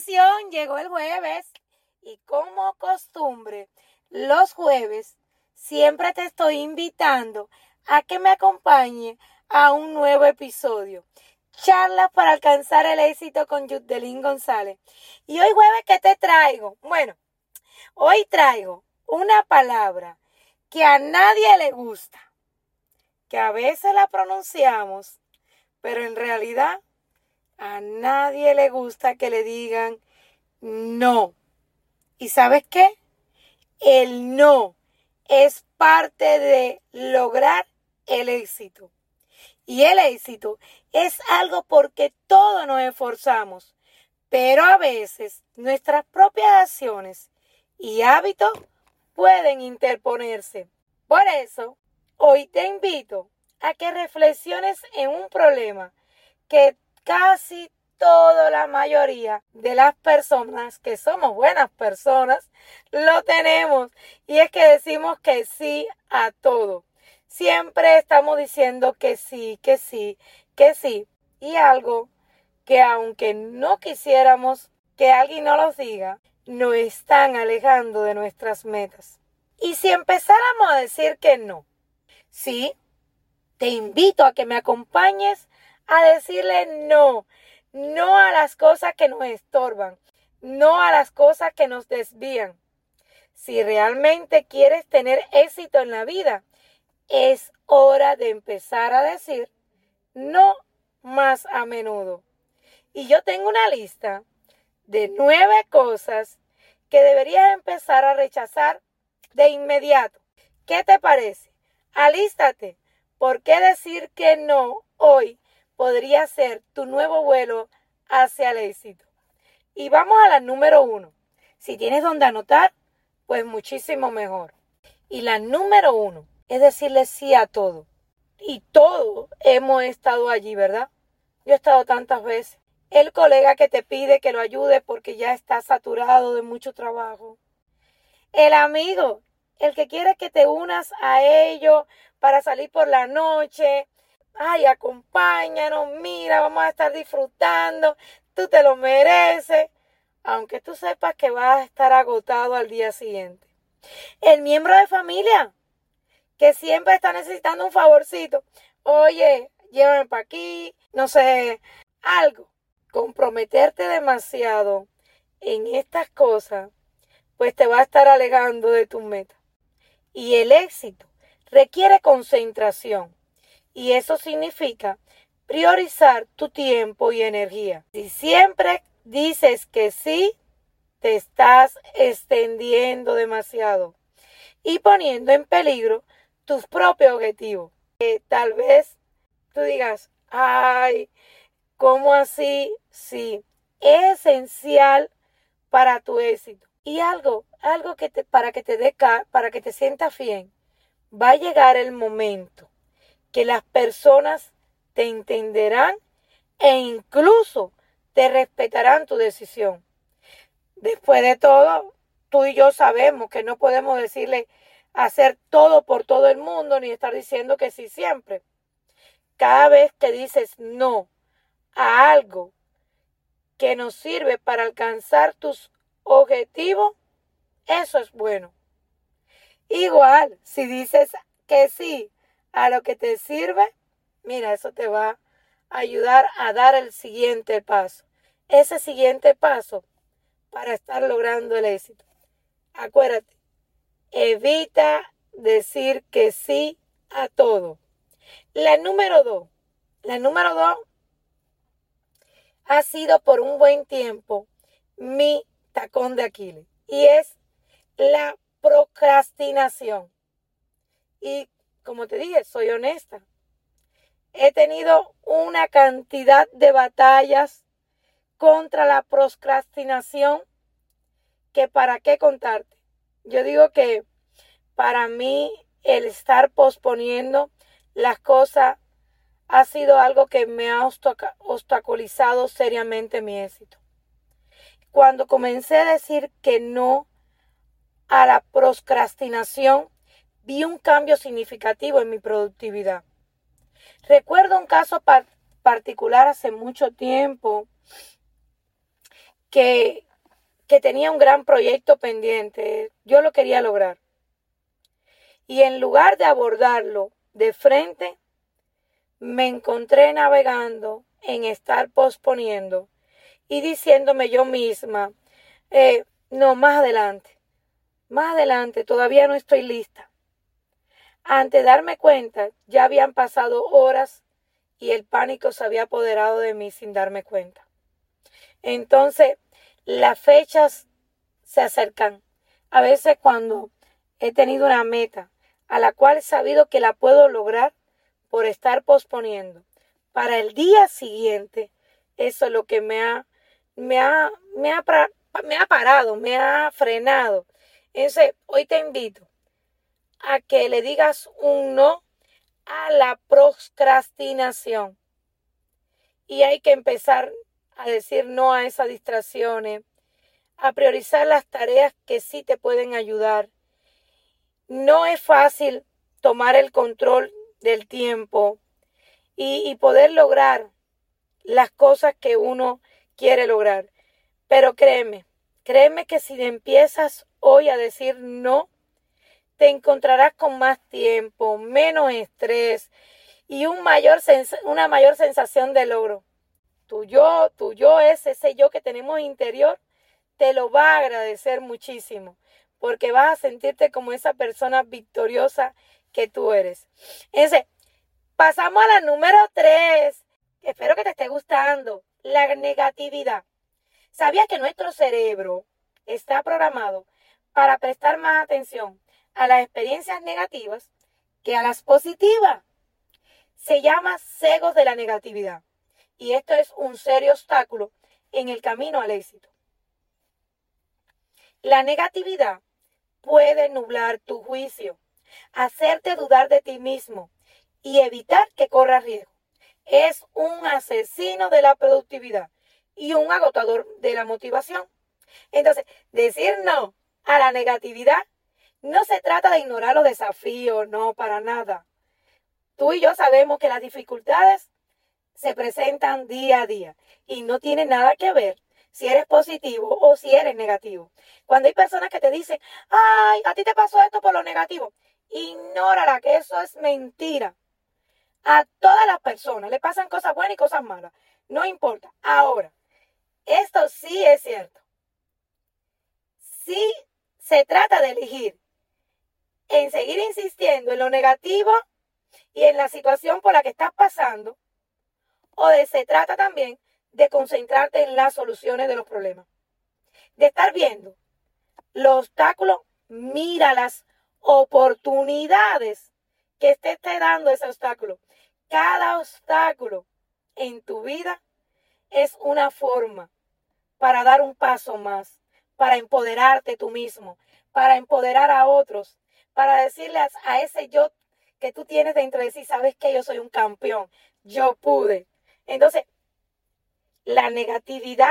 bendición, llegó el jueves y como costumbre, los jueves siempre te estoy invitando a que me acompañe a un nuevo episodio. Charlas para alcanzar el éxito con Yudelín González. Y hoy jueves, ¿qué te traigo? Bueno, hoy traigo una palabra que a nadie le gusta, que a veces la pronunciamos, pero en realidad a nadie le gusta que le digan no. ¿Y sabes qué? El no es parte de lograr el éxito. Y el éxito es algo porque todos nos esforzamos, pero a veces nuestras propias acciones y hábitos pueden interponerse. Por eso, hoy te invito a que reflexiones en un problema que casi toda la mayoría de las personas que somos buenas personas lo tenemos, y es que decimos que sí a todo. Siempre estamos diciendo que sí, que sí, que sí, y algo que aunque no quisiéramos que alguien nos lo diga, nos están alejando de nuestras metas. Y si empezáramos a decir que no, sí, te invito a que me acompañes a decirle no a las cosas que nos estorban, no a las cosas que nos desvían. Si realmente quieres tener éxito en la vida, es hora de empezar a decir no más a menudo. Y yo tengo una lista de 9 cosas que deberías empezar a rechazar de inmediato. ¿Qué te parece? Alístate, porque decir que no hoy podría ser tu nuevo vuelo hacia el éxito. Y vamos a la número 1. Si tienes donde anotar, pues muchísimo mejor. Y la número 1 es decirle sí a todo. Y todos hemos estado allí, ¿verdad? Yo he estado tantas veces. El colega que te pide que lo ayude porque ya está saturado de mucho trabajo. El amigo, el que quiere que te unas a ellos para salir por la noche. Ay, acompáñanos, mira, vamos a estar disfrutando, tú te lo mereces, aunque tú sepas que vas a estar agotado al día siguiente. El miembro de familia, que siempre está necesitando un favorcito. Oye, llévame para aquí, no sé, algo. Comprometerte demasiado en estas cosas, pues te va a estar alejando de tus metas. Y el éxito requiere concentración. Y eso significa priorizar tu tiempo y energía. Si siempre dices que sí, te estás extendiendo demasiado y poniendo en peligro tus propios objetivos. Tal vez tú digas, ay, ¿cómo así? Sí, es esencial para tu éxito. Y algo que para que te sientas bien, va a llegar el momento que las personas te entenderán e incluso te respetarán tu decisión. Después de todo, tú y yo sabemos que no podemos decirle hacer todo por todo el mundo ni estar diciendo que sí siempre. Cada vez que dices no a algo que nos sirve para alcanzar tus objetivos, eso es bueno. Igual, si dices que sí a lo que te sirve, mira, eso te va a ayudar a dar el siguiente paso. Ese siguiente paso para estar logrando el éxito. Acuérdate, evita decir que sí a todo. La número 2 ha sido por un buen tiempo mi tacón de Aquiles, y es la procrastinación. Y como te dije, soy honesta. He tenido una cantidad de batallas contra la procrastinación que para qué contarte. Yo digo que para mí el estar posponiendo las cosas ha sido algo que me ha obstaculizado seriamente mi éxito. Cuando comencé a decir que no a la procrastinación, vi un cambio significativo en mi productividad. Recuerdo un caso particular hace mucho tiempo que, que tenía un gran proyecto pendiente. Yo lo quería lograr. Y en lugar de abordarlo de frente, me encontré navegando en estar posponiendo y diciéndome yo misma, no, más adelante, todavía no estoy lista. Antes de darme cuenta, ya habían pasado horas y el pánico se había apoderado de mí sin darme cuenta. Entonces, las fechas se acercan. A veces cuando he tenido una meta a la cual he sabido que la puedo lograr por estar posponiendo para el día siguiente, eso es lo que me ha parado, me ha frenado. Entonces, hoy te invito a que le digas un no a la procrastinación. Y hay que empezar a decir no a esas distracciones, a priorizar las tareas que sí te pueden ayudar. No es fácil tomar el control del tiempo y poder lograr las cosas que uno quiere lograr. Pero créeme que si empiezas hoy a decir no, te encontrarás con más tiempo, menos estrés y una mayor sensación de logro. Tu yo es ese yo que tenemos interior, te lo va a agradecer muchísimo, porque vas a sentirte como esa persona victoriosa que tú eres. Entonces, pasamos a la número 3. Espero que te esté gustando. La negatividad. ¿Sabías que nuestro cerebro está programado para prestar más atención a las experiencias negativas que a las positivas? Se llama cegos de la negatividad. Y esto es un serio obstáculo en el camino al éxito. La negatividad puede nublar tu juicio, hacerte dudar de ti mismo y evitar que corras riesgo. Es un asesino de la productividad y un agotador de la motivación. Entonces, decir no a la negatividad no se trata de ignorar los desafíos, no, para nada. Tú y yo sabemos que las dificultades se presentan día a día y no tiene nada que ver si eres positivo o si eres negativo. Cuando hay personas que te dicen, ay, a ti te pasó esto por lo negativo, ignórala, que eso es mentira. A todas las personas le pasan cosas buenas y cosas malas, no importa. Ahora, esto sí es cierto. Sí se trata de elegir en seguir insistiendo en lo negativo y en la situación por la que estás pasando, se trata también de concentrarte en las soluciones de los problemas. De estar viendo los obstáculos, mira las oportunidades que te esté dando ese obstáculo. Cada obstáculo en tu vida es una forma para dar un paso más, para empoderarte tú mismo, para empoderar a otros, para decirles a ese yo que tú tienes dentro de sí, sabes que yo soy un campeón, yo pude. Entonces, la negatividad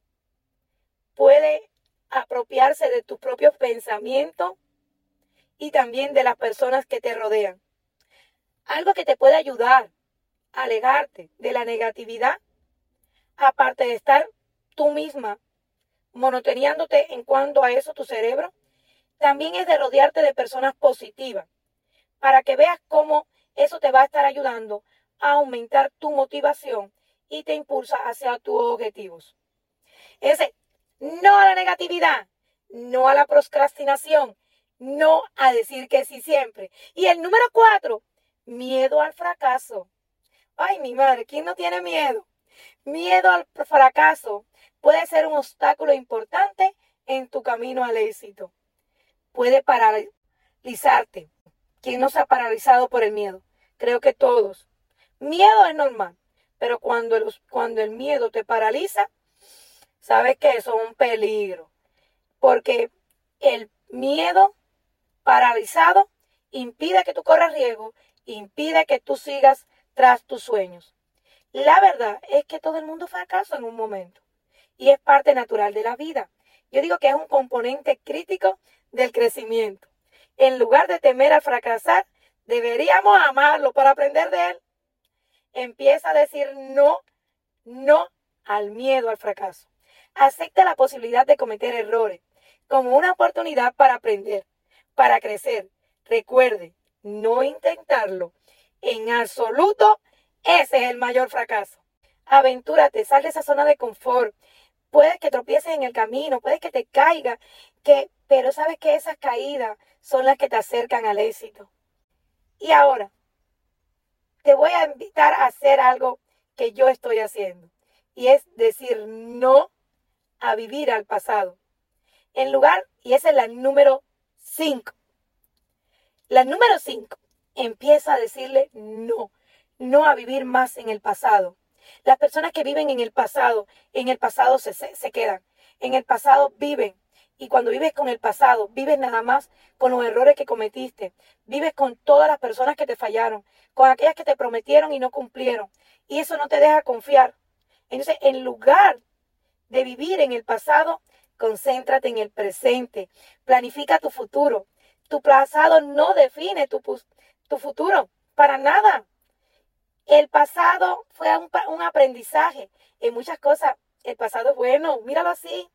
puede apropiarse de tus propios pensamientos y también de las personas que te rodean. Algo que te puede ayudar a alejarte de la negatividad, aparte de estar tú misma monotoneándote en cuanto a eso tu cerebro, también es de rodearte de personas positivas, para que veas cómo eso te va a estar ayudando a aumentar tu motivación y te impulsa hacia tus objetivos. Ese no a la negatividad, no a la procrastinación, no a decir que sí siempre. Y el número 4, miedo al fracaso. Ay, mi madre, ¿quién no tiene miedo? Miedo al fracaso puede ser un obstáculo importante en tu camino al éxito. Puede paralizarte. ¿Quién no se ha paralizado por el miedo? Creo que todos. Miedo es normal, pero cuando el miedo te paraliza, sabes que eso es un peligro. Porque el miedo paralizado impide que tú corras riesgo, impide que tú sigas tras tus sueños. La verdad es que todo el mundo fracasa en un momento y es parte natural de la vida. Yo digo que es un componente crítico del crecimiento. En lugar de temer al fracasar, deberíamos amarlo para aprender de él. Empieza a decir no al miedo al fracaso. Acepta la posibilidad de cometer errores como una oportunidad para aprender, para crecer. Recuerde, no intentarlo. En absoluto, ese es el mayor fracaso. Aventúrate, sal de esa zona de confort. Puedes que tropieces en el camino, puedes que te caigas, pero sabes que esas caídas son las que te acercan al éxito. Y ahora, te voy a invitar a hacer algo que yo estoy haciendo. Y es decir no a vivir al pasado. Y esa es la número 5. La número 5, empieza a decirle no a vivir más en el pasado. Las personas que viven en el pasado se quedan. En el pasado viven. Y cuando vives con el pasado, vives nada más con los errores que cometiste. Vives con todas las personas que te fallaron, con aquellas que te prometieron y no cumplieron. Y eso no te deja confiar. Entonces, en lugar de vivir en el pasado, concéntrate en el presente. Planifica tu futuro. Tu pasado no define tu futuro, para nada. El pasado fue un aprendizaje. En muchas cosas, el pasado es bueno. Míralo así.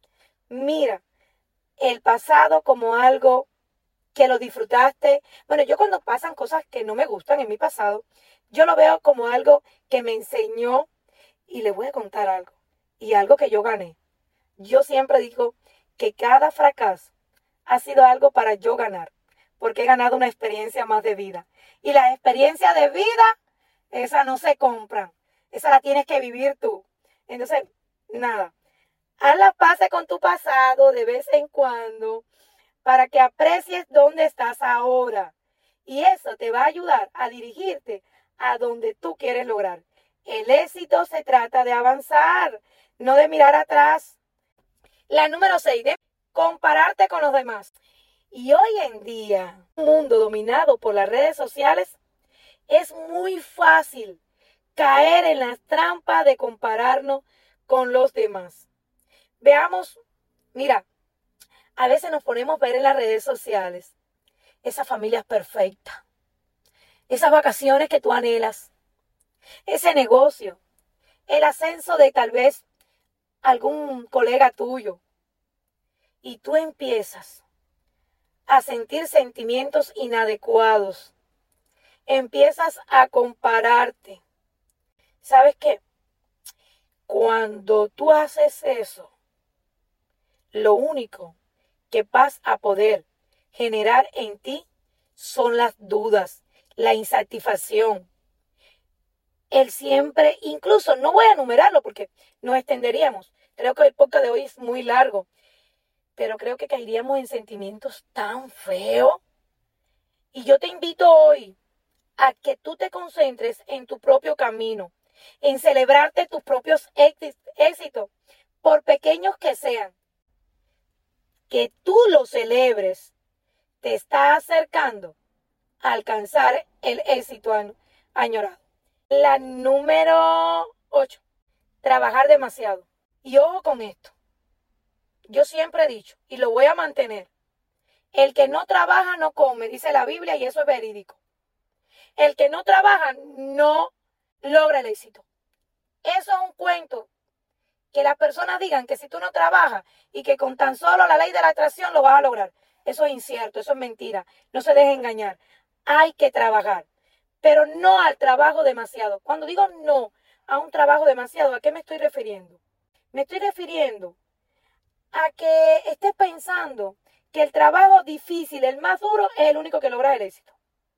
Mira el pasado como algo que lo disfrutaste. Bueno, yo cuando pasan cosas que no me gustan en mi pasado, yo lo veo como algo que me enseñó y le voy a contar algo. Y algo que yo gané. Yo siempre digo que cada fracaso ha sido algo para yo ganar, porque he ganado una experiencia más de vida. Y las experiencias de vida, esas no se compran, esa la tienes que vivir tú. Entonces, nada, haz la paz con tu pasado de vez en cuando para que aprecies dónde estás ahora. Y eso te va a ayudar a dirigirte a donde tú quieres lograr. El éxito se trata de avanzar, no de mirar atrás. La número 6, de compararte con los demás. Y hoy en día, un mundo dominado por las redes sociales, es muy fácil caer en las trampas de compararnos con los demás. Veamos, mira, a veces nos ponemos a ver en las redes sociales esa familia perfecta, esas vacaciones que tú anhelas, ese negocio, el ascenso de tal vez algún colega tuyo. Y tú empiezas a sentir sentimientos inadecuados. Empiezas a compararte. ¿Sabes qué? Cuando tú haces eso, lo único que vas a poder generar en ti son las dudas, la insatisfacción. El siempre, incluso no voy a enumerarlo porque nos extenderíamos. Creo que el podcast de hoy es muy largo. Pero creo que caeríamos en sentimientos tan feos. Y yo te invito hoy a que tú te concentres en tu propio camino, en celebrarte tus propios éxitos, por pequeños que sean. Que tú los celebres te está acercando a alcanzar el éxito añorado. La número 8, trabajar demasiado. Y ojo con esto. Yo siempre he dicho, y lo voy a mantener, el que no trabaja no come, dice la Biblia, y eso es verídico. El que no trabaja no logra el éxito. Eso es un cuento. Que las personas digan que si tú no trabajas y que con tan solo la ley de la atracción lo vas a lograr. Eso es incierto, eso es mentira. No se deje engañar. Hay que trabajar, pero no al trabajo demasiado. Cuando digo no a un trabajo demasiado, ¿a qué me estoy refiriendo? Me estoy refiriendo a que estés pensando que el trabajo difícil, el más duro, es el único que logra el éxito.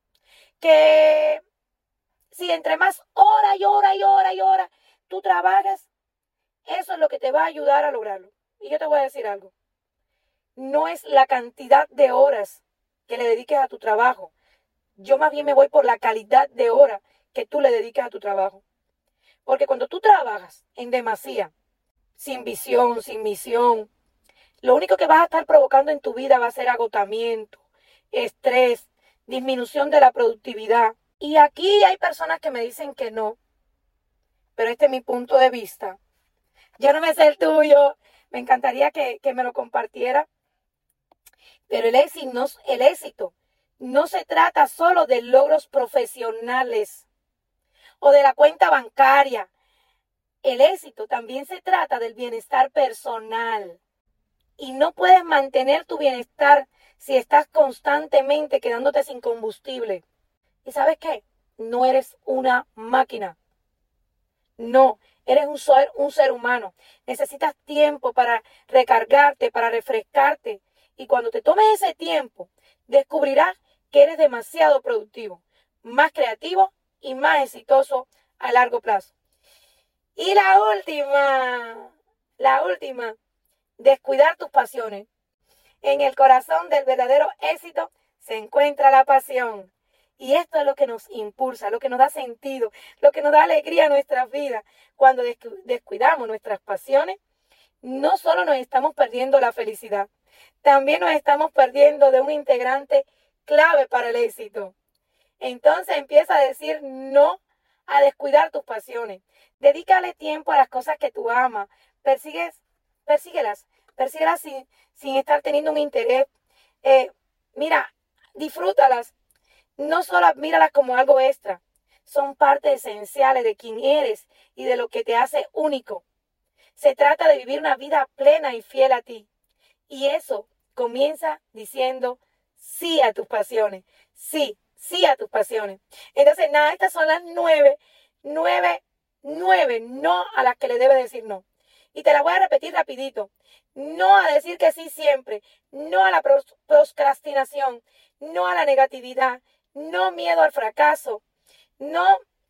Que si entre más hora y hora y hora y hora tú trabajas, eso es lo que te va a ayudar a lograrlo. Y yo te voy a decir algo. No es la cantidad de horas que le dediques a tu trabajo. Yo más bien me voy por la calidad de horas que tú le dediques a tu trabajo. Porque cuando tú trabajas en demasía, sin visión, sin misión, lo único que vas a estar provocando en tu vida va a ser agotamiento, estrés, disminución de la productividad. Y aquí hay personas que me dicen que no, pero este es mi punto de vista. Yo no me sé el tuyo, me encantaría que me lo compartiera. Pero el éxito no se trata solo de logros profesionales o de la cuenta bancaria. el éxito también se trata del bienestar personal. Y no puedes mantener tu bienestar si estás constantemente quedándote sin combustible. ¿Y sabes qué? No eres una máquina. No, eres un ser humano. Necesitas tiempo para recargarte, para refrescarte. Y cuando te tomes ese tiempo, descubrirás que eres demasiado productivo, más creativo y más exitoso a largo plazo. Y la última, descuidar tus pasiones. En el corazón del verdadero éxito se encuentra la pasión. Y esto es lo que nos impulsa, lo que nos da sentido, lo que nos da alegría a nuestras vidas. Cuando descuidamos nuestras pasiones, no solo nos estamos perdiendo la felicidad, también nos estamos perdiendo de un integrante clave para el éxito. Entonces empieza a decir no a descuidar tus pasiones. Dedícale tiempo a las cosas que tú amas. Persíguelas sin estar teniendo un interés. Disfrútalas. No solo míralas como algo extra. Son parte esenciales de quién eres y de lo que te hace único. Se trata de vivir una vida plena y fiel a ti. Y eso comienza diciendo sí a tus pasiones. Sí a tus pasiones. Entonces, estas son las nueve no a las que le debes decir no. Y te las voy a repetir rapidito. No a decir que sí siempre. No a la procrastinación. No a la negatividad. No miedo al fracaso. No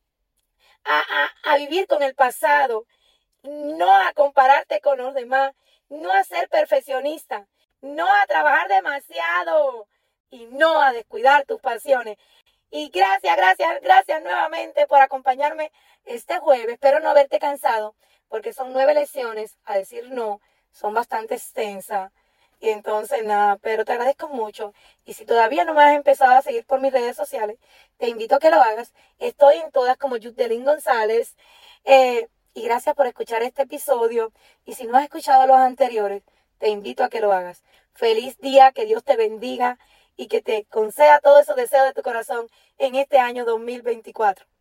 a vivir con el pasado. No a compararte con los demás. No a ser perfeccionista. No a trabajar demasiado. Y no a descuidar tus pasiones. Y gracias nuevamente por acompañarme este jueves. Espero no haberte cansado, porque son 9 lecciones a decir no. Son bastante extensas. Y entonces pero te agradezco mucho. Y si todavía no me has empezado a seguir por mis redes sociales, te invito a que lo hagas. Estoy en todas como Yudelín González. Y gracias por escuchar este episodio. Y si no has escuchado los anteriores, te invito a que lo hagas. Feliz día, que Dios te bendiga y que te conceda todos esos deseos de tu corazón en este año 2024.